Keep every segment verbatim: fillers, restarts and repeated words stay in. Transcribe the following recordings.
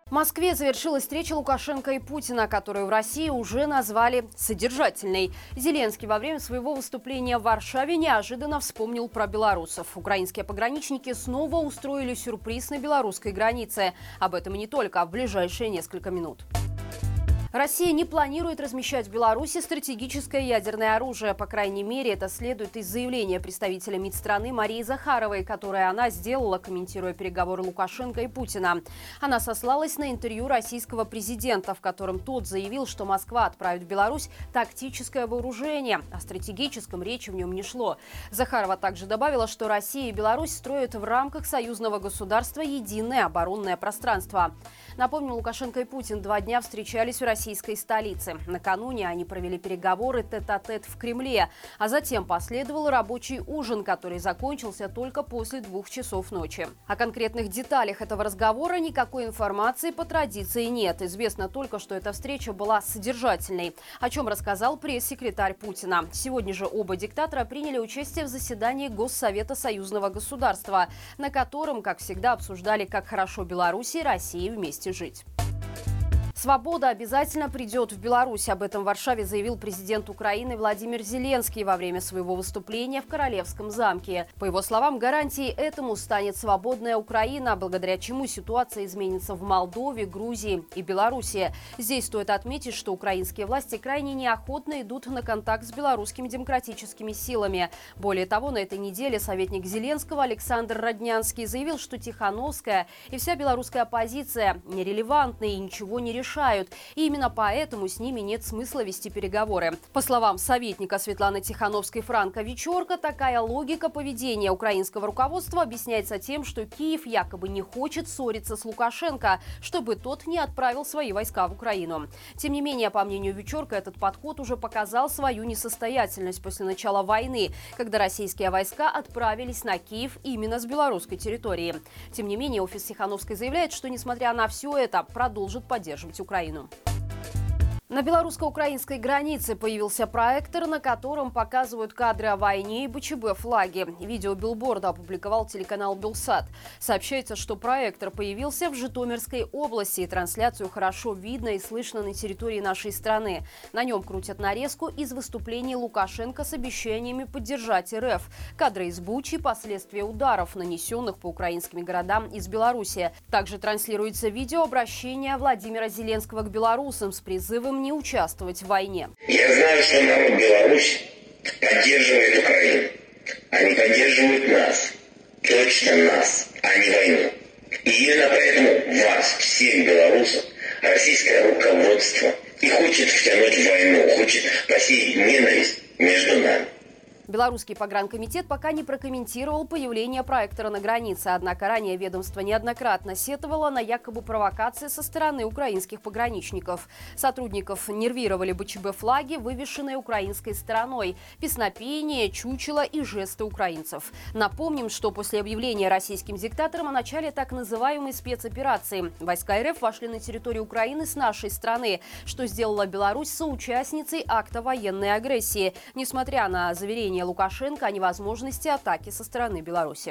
В Москве завершилась встреча Лукашенко и Путина, которую в России уже назвали содержательной. Зеленский во время своего выступления в Варшаве неожиданно вспомнил про белорусов. Украинские пограничники снова устроили сюрприз на белорусской границе. Об этом и не только, а в ближайшие несколько минут. Россия не планирует размещать в Беларуси стратегическое ядерное оружие. По крайней мере, это следует из заявления представителя МИД страны Марии Захаровой, которое она сделала, комментируя переговоры Лукашенко и Путина. Она сослалась на интервью российского президента, в котором тот заявил, что Москва отправит в Беларусь тактическое вооружение. О стратегическом речи в нем не шло. Захарова также добавила, что Россия и Беларусь строят в рамках союзного государства единое оборонное пространство. Напомню, Лукашенко и Путин два дня встречались в российской столице. Накануне они провели переговоры тет-а-тет в Кремле, а затем последовал рабочий ужин, который закончился только после двух часов ночи. О конкретных деталях этого разговора никакой информации по традиции нет. Известно только, что эта встреча была содержательной, о чем рассказал пресс-секретарь Путина. Сегодня же оба диктатора приняли участие в заседании Госсовета союзного государства, на котором, как всегда, обсуждали, как хорошо Беларуси и России вместе жить. Свобода обязательно придет в Беларусь. Об этом в Варшаве заявил президент Украины Владимир Зеленский во время своего выступления в Королевском замке. По его словам, гарантией этому станет свободная Украина, благодаря чему ситуация изменится в Молдове, Грузии и Беларуси. Здесь стоит отметить, что украинские власти крайне неохотно идут на контакт с белорусскими демократическими силами. Более того, на этой неделе советник Зеленского Александр Роднянский заявил, что Тихановская и вся белорусская оппозиция нерелевантны и ничего не решают. И именно поэтому с ними нет смысла вести переговоры. По словам советника Светланы Тихановской-Франко-Вечорко, такая логика поведения украинского руководства объясняется тем, что Киев якобы не хочет ссориться с Лукашенко, чтобы тот не отправил свои войска в Украину. Тем не менее, по мнению Вечорко, этот подход уже показал свою несостоятельность после начала войны, когда российские войска отправились на Киев именно с белорусской территории. Тем не менее, офис Тихановской заявляет, что, несмотря на все это, продолжит поддерживать Украину. На белорусско-украинской границе появился проектор, на котором показывают кадры о войне и бэ че бэ-флаги. Видео билборда опубликовал телеканал «Белсат». Сообщается, что проектор появился в Житомирской области, и трансляцию хорошо видно и слышно на территории нашей страны. На нем крутят нарезку из выступлений Лукашенко с обещаниями поддержать эр эф. Кадры из Бучи – последствия ударов, нанесенных по украинским городам из Беларуси. Также транслируется видео обращения Владимира Зеленского к белорусам с призывом не участвовать в войне. Я знаю, что народ Беларуси поддерживает Украину. Они поддерживают нас. Точно нас, а не войну. И именно поэтому вас, всех белорусов, российское руководство и хочет втянуть в войну, хочет посеять ненависть между нами. Белорусский погранкомитет пока не прокомментировал появление проектора на границе, однако ранее ведомство неоднократно сетовало на якобы провокации со стороны украинских пограничников. Сотрудников нервировали бэ че бэ-флаги, вывешенные украинской стороной, песнопение, чучело и жесты украинцев. Напомним, что после объявления российским диктатором о начале так называемой спецоперации войска эр эф вошли на территорию Украины с нашей страны, что сделало Беларусь соучастницей акта военной агрессии, несмотря на заверение Лукашенко о невозможности атаки со стороны Беларуси.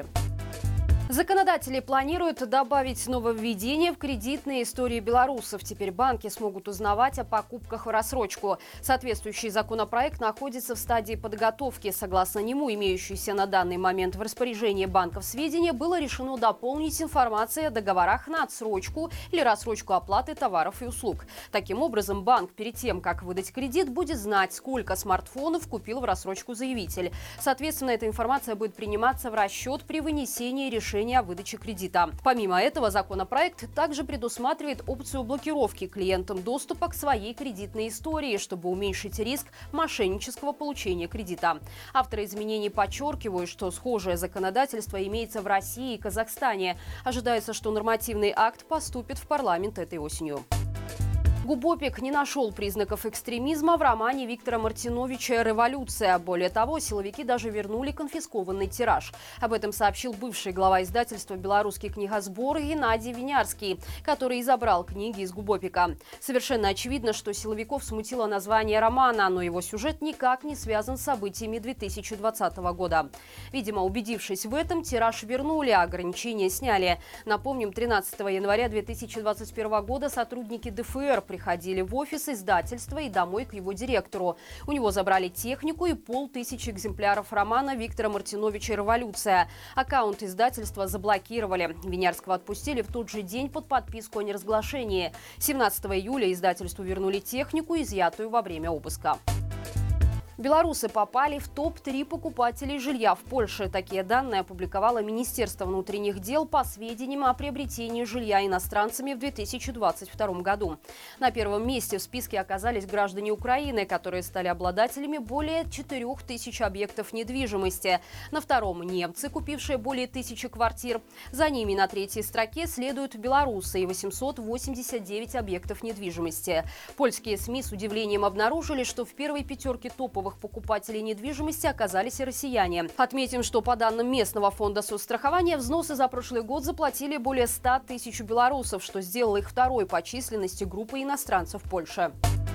Законодатели планируют добавить нововведение в кредитные истории белорусов. Теперь банки смогут узнавать о покупках в рассрочку. Соответствующий законопроект находится в стадии подготовки. Согласно нему, имеющиеся на данный момент в распоряжении банков сведения было решено дополнить информацией о договорах на отсрочку или рассрочку оплаты товаров и услуг. Таким образом, банк перед тем, как выдать кредит, будет знать, сколько смартфонов купил в рассрочку заявитель. Соответственно, эта информация будет приниматься в расчет при вынесении решения о выдаче кредита. Помимо этого, законопроект также предусматривает опцию блокировки клиентам доступа к своей кредитной истории, чтобы уменьшить риск мошеннического получения кредита. Авторы изменений подчеркивают, что схожее законодательство имеется в России и Казахстане. Ожидается, что нормативный акт поступит в парламент этой осенью. Губопик не нашел признаков экстремизма в романе Виктора Мартиновича «Революция». Более того, силовики даже вернули конфискованный тираж. Об этом сообщил бывший глава издательства «Белорусский книгосбор» Геннадий Винярский, который и забрал книги из Губопика. Совершенно очевидно, что силовиков смутило название романа, но его сюжет никак не связан с событиями две тысячи двадцатого года. Видимо, убедившись в этом, тираж вернули, а ограничения сняли. Напомним, тринадцатого января две тысячи двадцать первого года сотрудники Дэ Эф Эр приходили в офис издательства и домой к его директору. У него забрали технику и полтысячи экземпляров романа Виктора Мартиновича «Революция». Аккаунт издательства заблокировали. Винярского отпустили в тот же день под подписку о неразглашении. семнадцатого июля издательству вернули технику, изъятую во время обыска. Белорусы попали в топ три покупателей жилья в Польше. Такие данные опубликовало Министерство внутренних дел по сведениям о приобретении жилья иностранцами в две тысячи двадцать втором году. На первом месте в списке оказались граждане Украины, которые стали обладателями более четырёх тысяч объектов недвижимости. На втором – немцы, купившие более тысячи квартир. За ними на третьей строке следуют белорусы и восемьсот восемьдесят девять объектов недвижимости. Польские СМИ с удивлением обнаружили, что в первой пятерке топовых покупателей недвижимости оказались и россияне. Отметим, что по данным местного фонда соцстрахования взносы за прошлый год заплатили более ста тысяч белорусов, что сделало их второй по численности группой иностранцев в Польше.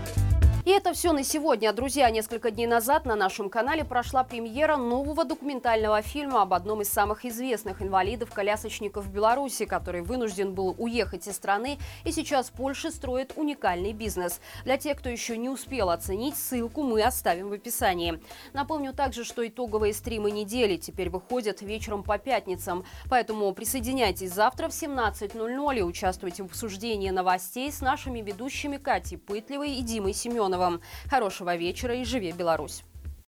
И это все на сегодня. Друзья, несколько дней назад на нашем канале прошла премьера нового документального фильма об одном из самых известных инвалидов-колясочников в Беларуси, который вынужден был уехать из страны и сейчас в Польше строит уникальный бизнес. Для тех, кто еще не успел оценить, ссылку мы оставим в описании. Напомню также, что итоговые стримы недели теперь выходят вечером по пятницам. Поэтому присоединяйтесь завтра в семнадцать ноль ноль и участвуйте в обсуждении новостей с нашими ведущими Катей Пытливой и Димой Семеновым. Хорошего вечера и живи Беларусь!